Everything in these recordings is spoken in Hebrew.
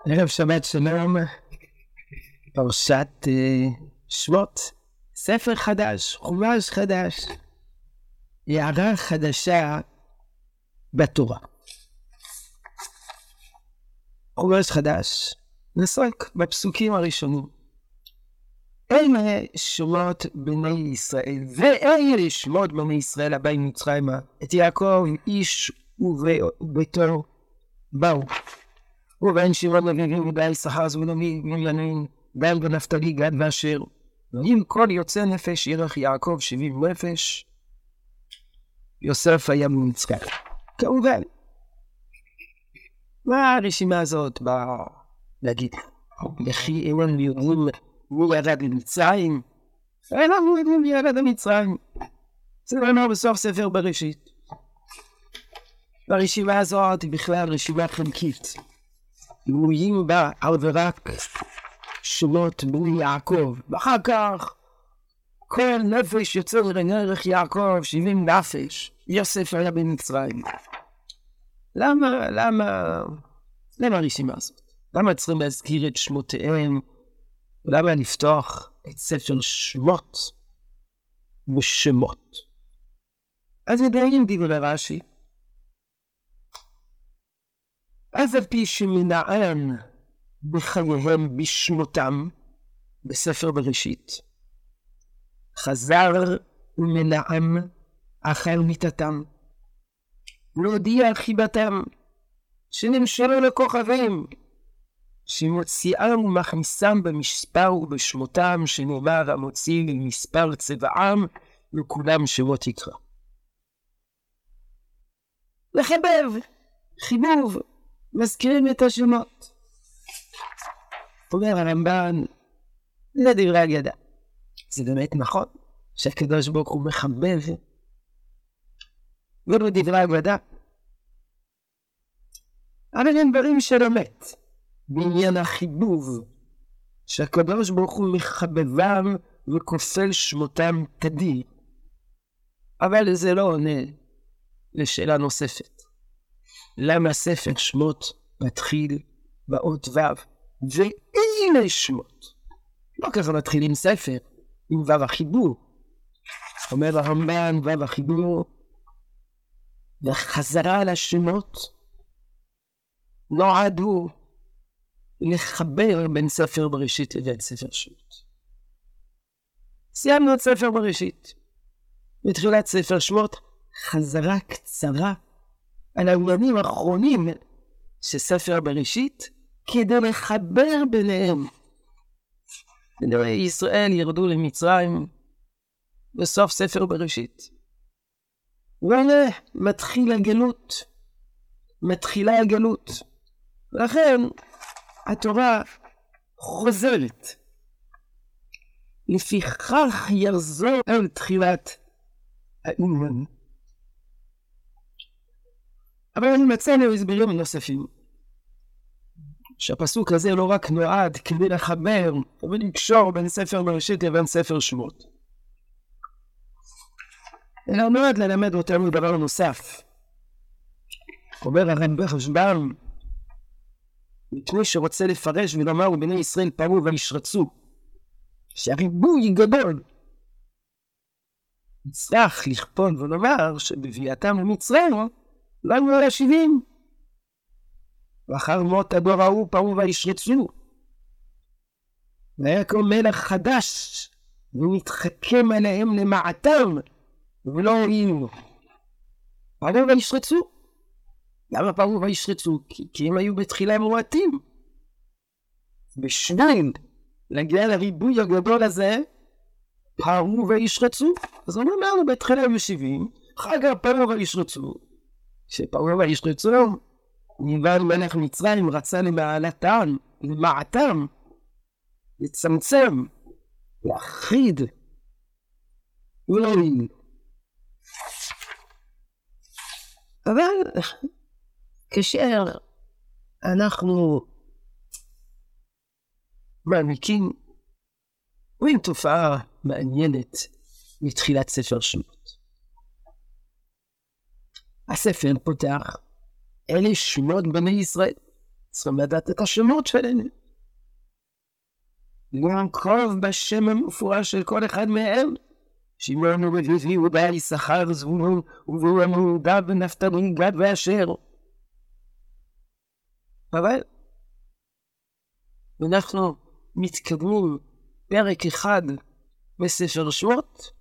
ערב שבת שלום, פרשת שמות, ספר חדש, חומש חדש, הערה חדשה בתורה. חומש חדש, נעסוק בפסוקים הראשונים. אלה שמות בני ישראל, ואלה שמות בני ישראל הבאים מצרימה, את יעקב איש וביתו באו. ובן שמעון לוי ובן יששכר זבולון ובנימין, דן ונפתלי גד ואשר. ואם כל יוצא נפש ירך יעקב 70 נפש, יוסף היה במצרים. כמובן, מה הרשימה הזאת באה להגיד? וכי אין יודעים מי ירד למצרים? אנחנו יודעים מי ירד למצרים. זה נאמר בסוף ספר בראשית. והרשימה הזאת היא בכלל רשימה חלקית. מויים בה על ורק שמות בני יעקב, ואחר כך כל נפש יוצא לרנרך יעקב 70 נפש. יוסף היה במצרים. למה הרשימה הזאת? למה צריכים להזכיר את שמותיהם? ולמה לפתוח את ספר שמות ושמות? אז מדעים דברי רש"י, אף על פי שמנען בחייהם בשמותם בספר בראשית, חזר ומנעם אחר מיתתם, להודיע חיבתם, שנמשלו לכוכבים, שמוציאם ומכניסם במספר ובשמותם, שנאמר המוציא ממספר צבעם וכולם שמות יקרא. לחבב, חיבוב, מזכירים את השמות. אומר הרמב"ן, זה דברי אגדה. זה באמת נכון שהקדוש ברוך הוא מחבב, ולא דברי אגדה. אבל הם דברים של אמת, בעניין החיבוב, שהקדוש ברוך הוא מחבבם וכופל שמותם תדיר. אבל זה לא עונה לשאלה נוספת. למה ספר שמות מתחיל באות ו' ואלה שמות? לא ככה מתחילים ספר עם ו' החיבור. אומר הרמב"ן ו' החיבור, וחזרה על השמות נועדו לחבר בין ספר בראשית לבין ספר שמות. סיימנו את ספר בראשית. בתחילת ספר שמות חזרה קצרה על העניינים האחרונים של ספר בראשית, כדי לחבר ביניהם. בני ישראל ירדו למצרים בסוף ספר בראשית. והנה מתחילה הגלות. ולכן התורה חוזרת. לפיכך יחזור על תחילת העניין. אבל אני מצאנו הסברים נוספים, שהפסוק הזה לא רק נועד כדי לחבר ולקשור בין ספר בראשית לבין ספר שמות, אלא נועד ללמד אותנו דבר נוסף. אומר הרמב"ם, מפני שרוצה לפרש ולומר בני ישראל פרו וישרצו, שהריבוי גדול, נצטרך לכפות ולומר שבביאתם למצרים לא היו 70. ואחר מות הדור ההוא פרו וישרצו, והיה כמו מלך חדש ומתחכם עליהם למעתם, ולא הועילו. פרו וישרצו. למה פרו וישרצו? כי הם היו בתחילה מועטים. בשניים, בגלל הריבוי הגדול הזה, פרו וישרצו. אז הוא אומר לו בתחילה היו 70, אחר כך פרו וישרצו. שפרו וישרצו, ניבן מלך מצרים רצה למעטם, לצמצם, להחיד, ולא הועילו. אבל כאשר אנחנו מעמיקים, רואים תופעה מעניינת מתחילת ספר שמות. הספר פותח, אלה שמות בני ישראל. צריכים לדעת את השמות שלהם. לנקוב בשם המפורש של כל אחד מהם. שמעון ולוי ובעל יששכר זבולון ובן יהודה ונפתלי גד ואשר. אבל אנחנו מתקדמים פרק אחד בספר שמות,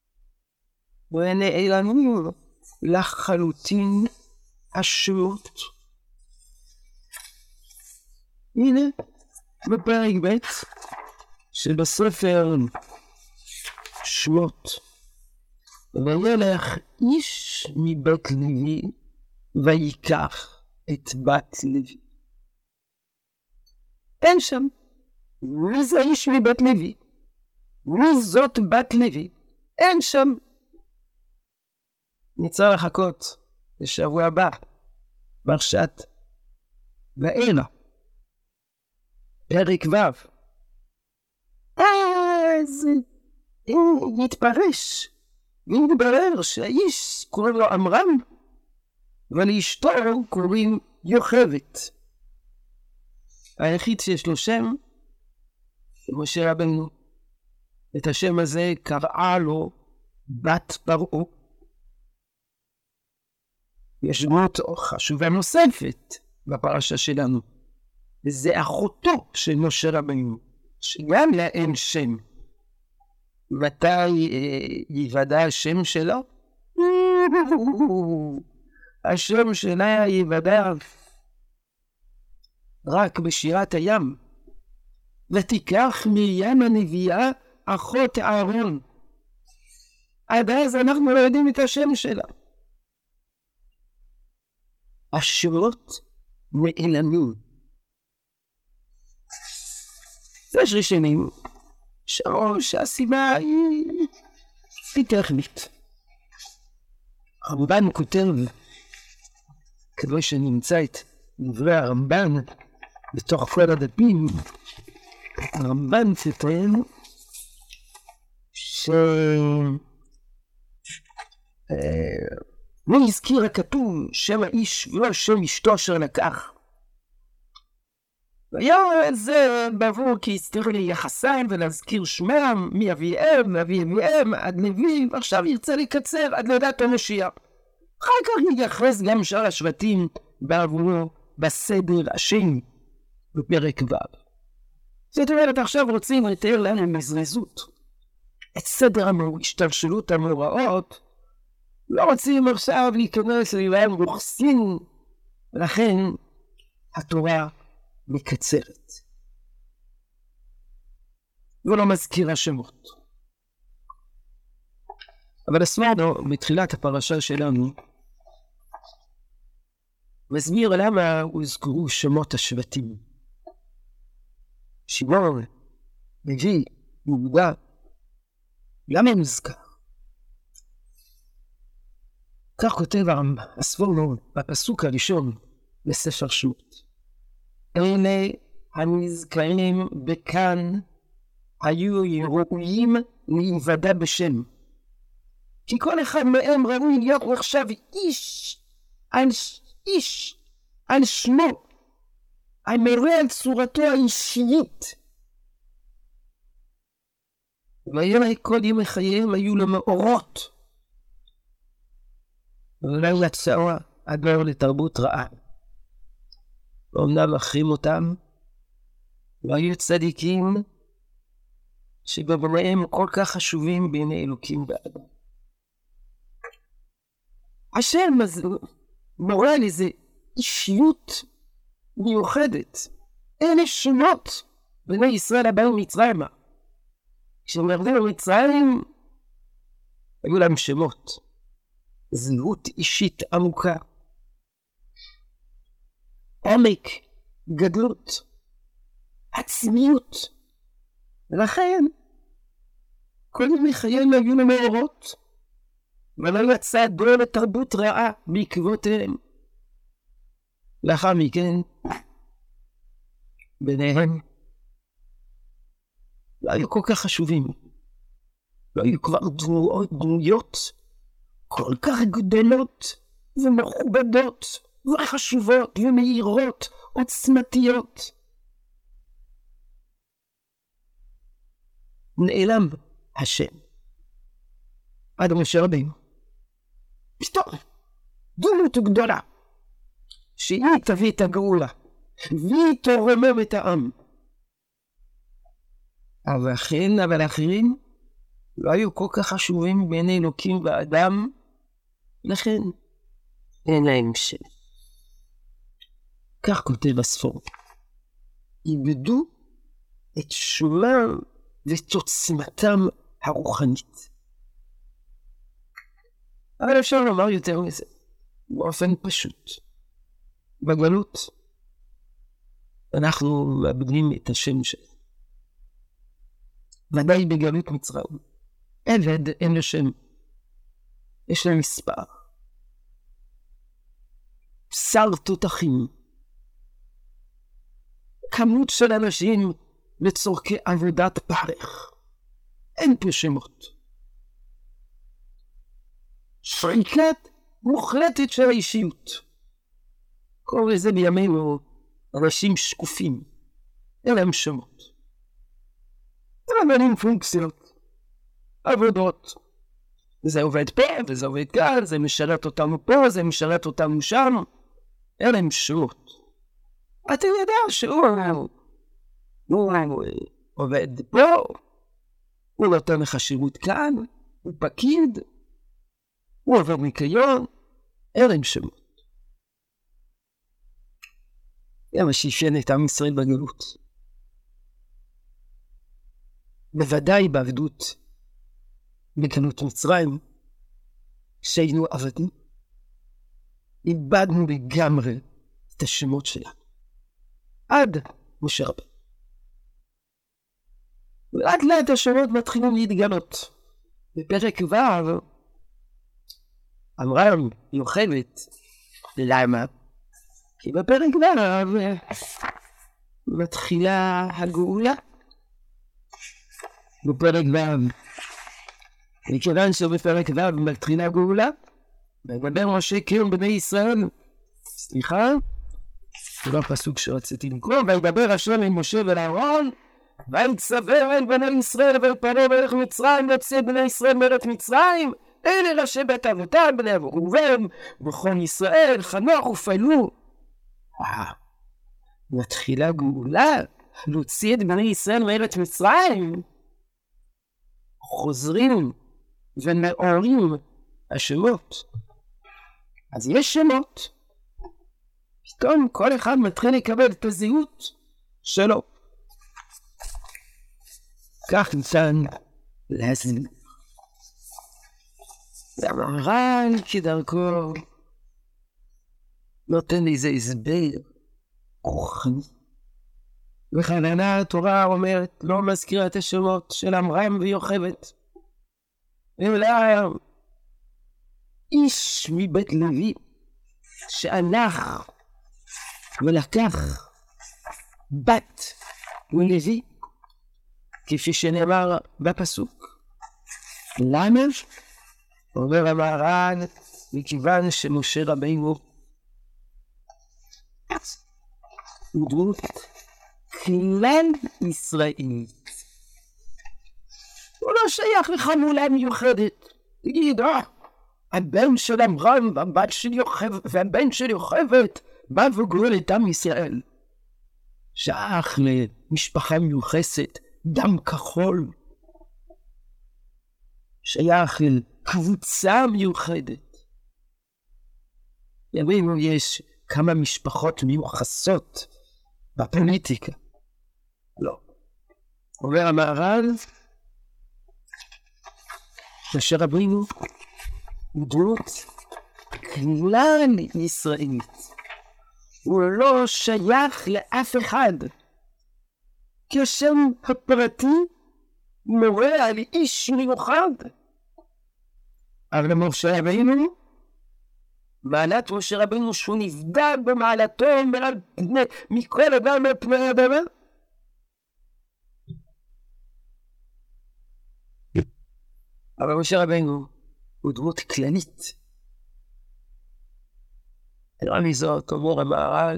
ונעלמים לחלוטין השמות. הנה בפרק ב' שבספר שמות, וילך איש מבית לוי ויקח את בת לוי. אין שם. מי זה איש מבית לוי? מי זאת בת לוי? אין שם. נצטרך לחכות לשבוע הבא, פרשת ואלה, פרק ו'. אז יתפרש ויתברר שהאיש קוראים לו עמרם, ולאשתו קוראים יוכבת. היחיד שיש לו שם, משה רבנו. את השם הזה קראה לו בת פרעה. יש דמות חשובה נוספת בפרשה שלנו, וזה אחותו של משה רבנו, שגם לה אין שם. מתי ייוודע השם שלו? השם שלה ייוודע רק בשירת הים. ותיקח מרים הנביאה אחות אהרון. עד אז אנחנו לא יודעים את השם שלה. השמות נעלמים. יש ראשונים שאומרים שהסיבה היא טכנית. הרמב"ן כותב, כדי שנמצא את דברי הרמב"ן בתוך כל הדפים, הרמב"ן כותב לא הזכיר הכתוב שם האיש ולא שם אשתו אשר לקח. והיה זה בעבור כי הסתיר לי יחסן ולהזכיר שמם מאביהם ואביהם עד לוי, ועכשיו ירצה לקצר עד לידת המשיח. אחר כך יתייחס גם שאר השבטים בעבורו בסדר השני בפרק ו'. זאת אומרת, עכשיו רוצים לתאר להם בזריזות את סדר השתלשלות המאורעות. לא רוצים עכשיו להיכנס להם רוחסין, ולכן התורה מקצרת ולא מזכירה שמות. אבל הספרנו בתחילת הפרשה שלנו מסביר למה הוזכרו שמות השבטים. שמעון, לוי, יהודה, למה הם נזכר? כך כותב הספרנו בפסוק הראשון בספר שמות. אלה הנזכרים בכאן היו ראויים להיוודע בשם, כי כל אחד מהם ראוי להיות עכשיו איש על שמו, המראה על צורתו האישית. ויראה כל ימי חייהם היו למאורות, ולא יצאו עד לא לתרבות רעה. ואומנם אחרים אותם, והיו צדיקים שבמראיהם כל כך חשובים בעיני אלוקים באדם. השם הזה מורה לזה אישיות מיוחדת. אלה שמות בני ישראל הבאו מצרימה. כשמרדו מצרים היו להם שמות, זהות אישית עמוקה, עומק, גדלות, עצמיות. ולכן כל ימי חייהם היו למאורות, ולא יצא דור לתרבות רעה בעקבותיהם. לאחר מכן ביניהם לא היו כל כך חשובים, לא היו כבר דמויות כל כך גדולות ומכובדות וחשובות ומהירות, עוצמתיות. נעלם השם. עד משה רבינו. פתאום, דמות גדולה, שהיא תביא את הגאולה, והיא תרומם את העם. אבל האחרים לא היו כל כך חשובים בעיני אלוקים ואדם, לכן אין להם שם. כך כותב הספור. איבדו את שמם ואת עוצמתם הרוחנית. אבל אפשר לומר יותר מזה, באופן פשוט. בגלות אנחנו מאבדים את השם שלנו. ודאי בגלות מצרים. עבד אין לו שם. יש להם מספר. בשר תותחים. כמות של אנשים לצורכי עבודת פרך. אין פה שמות. שריקת מוחלטת של האישיות. קורא לזה בימינו אנשים שקופים. אין להם שמות. אין פונקציות. עבודות. זה עובד פה וזה עובד כאן, זה משרת אותנו פה, זה משרת אותנו שם. אין להם שמות. אתה יודע שהוא עובד פה, הוא נותן לך שירות כאן, הוא פקיד, הוא עובר ניקיון, אין להם שמות. זה מה שאפיין את עם ישראל בגלות. בוודאי בעבדות בגלות מצרים, שהיינו עבדים, איבדנו לגמרי את השמות שלנו. עד משה רבינו. ולאט לאט השמות מתחילים להתגלות. בפרק ו' אמרה יוכבד, למה? כי בפרק ו' מתחילה הגאולה. בפרק ו' מכיוון שבפרק ו' מתחילה הגאולה, מדבר משה קיום בני ישראל, סליחה, זה לא הפסוק שרציתי לקרוא, וידבר השם עם משה ולאהרון, ויצווה אל בני ישראל ויפנה מלך מצרים להוציא בני ישראל מארץ מצרים, אלה ראשי בית אבותם, בני ראובן, וכל ישראל, חנוך ופלו. מתחילה גאולה, להוציא את בני ישראל מארץ מצרים. חוזרים ומעוררים השמות. אז יש שמות. פתאום כל אחד מתחיל לקבל את הזהות שלו. כך ניתן להסביר. והמהר"ל כדרכו נותן לי איזה הסבר רוחני. וכננה התורה אומרת, לא מזכירה את השמות של עמרם ויוכבד. אלא איש מבית לוי שהלך ולקח בת ולוי, כפי שנאמר בפסוק. למה? אומר המהר"ל, מכיוון שמשה רבינו הוא דמות כלל ישראלית. הוא לא שייך לחמולה מיוחדת. תגיד, הבן של עמרם והבן של יוכבד בא וגואל את עם ישראל. שייך למשפחה מיוחסת, דם כחול. שייך לקבוצה מיוחדת. ימינו יש כמה משפחות מיוחסות בפוליטיקה. לא. אומר המהר"ל, משה רבינו הוא דמות כלל ישראלית. הוא לא שייך לאף אחד. כשם הפרטי מורה על איש מיוחד. אבל משה רבינו, מעלת משה רבינו שהוא נבדל במעלתו מכל אדם על פני האדמה. אבל משה רבינו הוא דמות כללית. לא מזאת, אומר המהר"ל,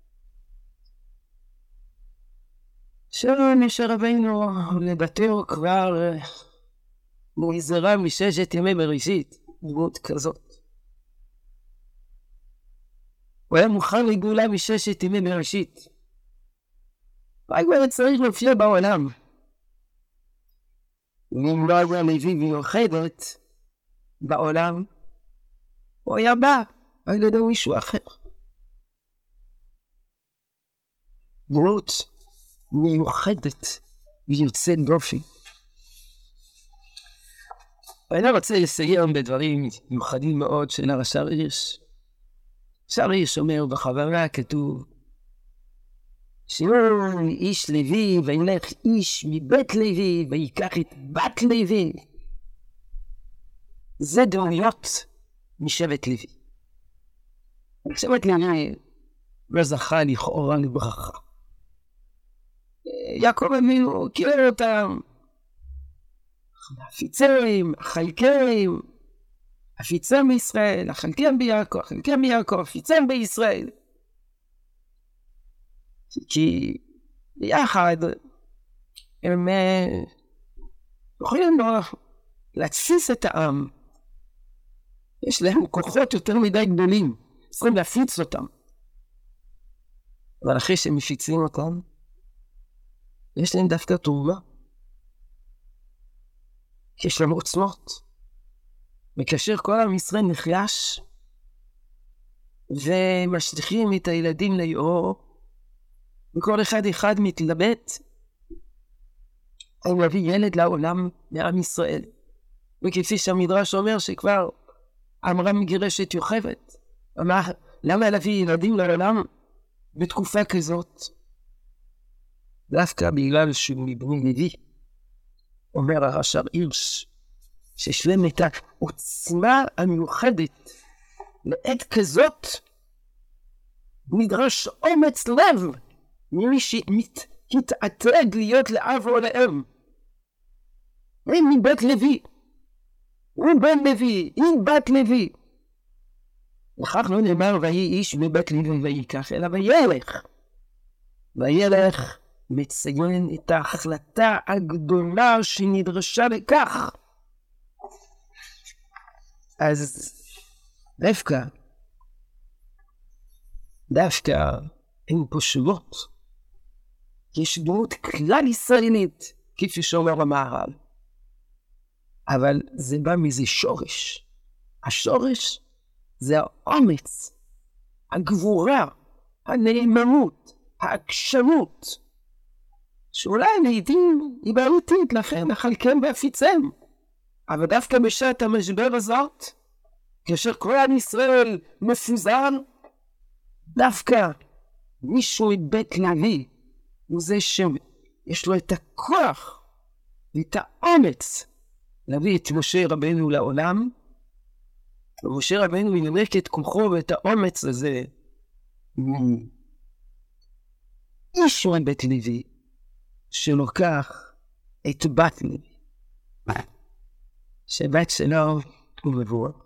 שמשה רבינו לדתו כבר נזהרה מששת ימי בראשית, דמות כזאת. הוא היה מוכן לגאולה מששת ימי בראשית. רק כבר צריך להופיע בעולם. ואם לא היה מביא מיוחדת בעולם, הוא היה בא על ידי מישהו אחר. דמות מיוחדת ויוצאת דופן. אני רוצה לסיים בדברים מיוחדים מאוד של הרש"ר הירש. הרש"ר הירש אומר בכוונה כתוב שהוא איש לוי וילך איש מבית לוי ויקח את בת לוי. זה דמויות משבט לוי. שבט לוי לא זכה לכאורה לברכה. יעקב אבינו קיבל אותם הפיצים, החלקים, הפיצם בישראל, החלקים ביעקב, החלקים ביעקב, הפיצם בישראל. כי ביחד הם יכולים להתסיס את העם. יש להם כוחות יותר מדי גדולים, צריכים להפיץ אותם. אבל אחרי שהם מפיצים אותם, יש להם דווקא תרומה. יש להם עוצמות. וכאשר כל עם ישראל נחלש, ומשליכים את הילדים ליאור, וכל אחד מתלבט, הוא מביא ילד לעולם מעם ישראל. וכפי שהמדרש אומר שכבר עמרם גירש את יוכבד. למה להביא ילדים לעולם בתקופה כזאת? דווקא בגלל שהוא מבני לוי. אומר הרש"ר הירש, שיש להם את העוצמה המיוחדת. לעת כזאת נדרש אומץ לב ממי שהתעתד להיות לאב או לאם. הם מבית לוי, הוא בן לוי, היא בת לוי. לכך לא נאמר ויהי איש מבית לוי ויקח, אלא וילך מציין את ההחלטה הגדולה שנדרשה לכך. אז דווקא אין פה שמות. יש דמות כלל ישראלית, כפי שאומר המהר"ל. אבל זה בא מזה שורש. השורש זה האומץ, הגבורה, הנאמנות, העקשנות, שאולי לעתים היא בעייתית, לכן החלקם והפיצם. אבל דווקא בשעת המשבר הזאת, כאשר כל עם ישראל מפוזר, דווקא מישהו מבית לוי הוא זה שיש לו את הכוח ואת האומץ להביא את משה רבנו לעולם, ומשה רבנו ינמק את כוחו ואת האומץ הזה איש מבית לוי שלוקח את בת לוי, שבת שלו הוא מבוא.